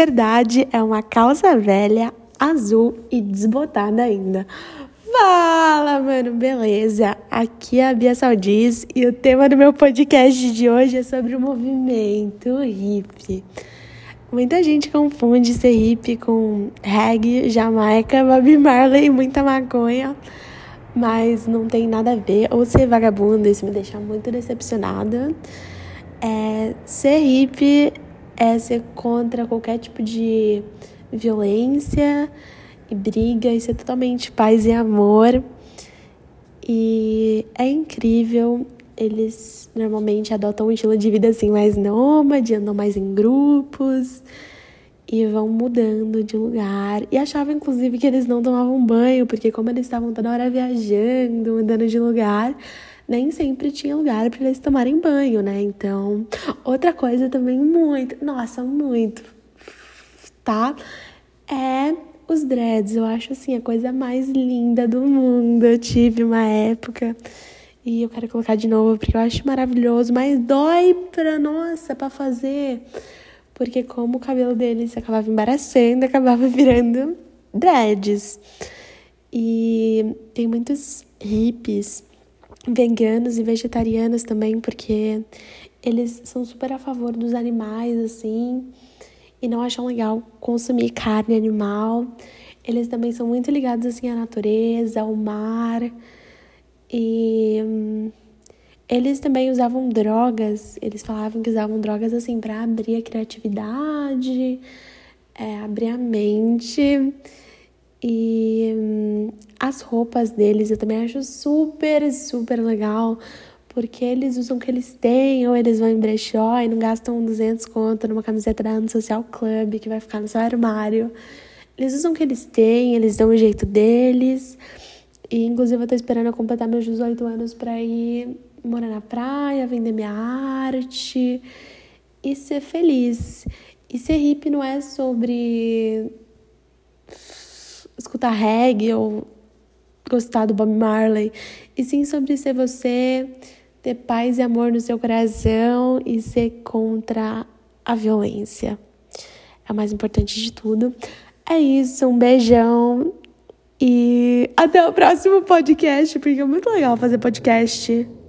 verdade é uma calça velha, azul e desbotada ainda. Fala, mano, beleza? Aqui é a Bia Saldiz e o tema do meu podcast de hoje é sobre o movimento hippie. Muita gente confunde ser hippie com reggae, Jamaica, Bob Marley e muita maconha, mas não tem nada a ver. Ou ser vagabunda, isso me deixa muito decepcionada. Ser hippie é ser contra qualquer tipo de violência e briga, e ser totalmente paz e amor. E é incrível, eles normalmente adotam um estilo de vida assim mais nômade, andam mais em grupos e vão mudando de lugar. E achava inclusive que eles não tomavam banho, porque como eles estavam toda hora viajando, mudando de lugar, nem sempre tinha lugar para eles tomarem banho, né? Então, outra coisa também muito, tá? É os dreads. Eu acho, assim, a coisa mais linda do mundo. Eu tive uma época e eu quero colocar de novo porque eu acho maravilhoso, mas dói pra fazer. Porque como o cabelo deles acabava embaraçando, acabava virando dreads. E tem muitos hippies veganos e vegetarianos também, porque eles são super a favor dos animais, assim, e não acham legal consumir carne animal. Eles também são muito ligados, assim, à natureza, ao mar. E eles também usavam drogas. Eles falavam que usavam drogas, assim, para abrir a criatividade, abrir a mente. E as roupas deles eu também acho super, super legal, porque eles usam o que eles têm, ou eles vão em brechó e não gastam 200 conto numa camiseta da Social Club que vai ficar no seu armário. Eles usam o que eles têm, eles dão o jeito deles. E inclusive eu tô esperando eu completar meus 18 anos pra ir morar na praia, vender minha arte e ser feliz. E ser hippie não é sobre escutar reggae ou gostar do Bob Marley, e sim sobre ser você, ter paz e amor no seu coração e ser contra a violência. É o mais importante de tudo. É isso, um beijão e até o próximo podcast, porque é muito legal fazer podcast.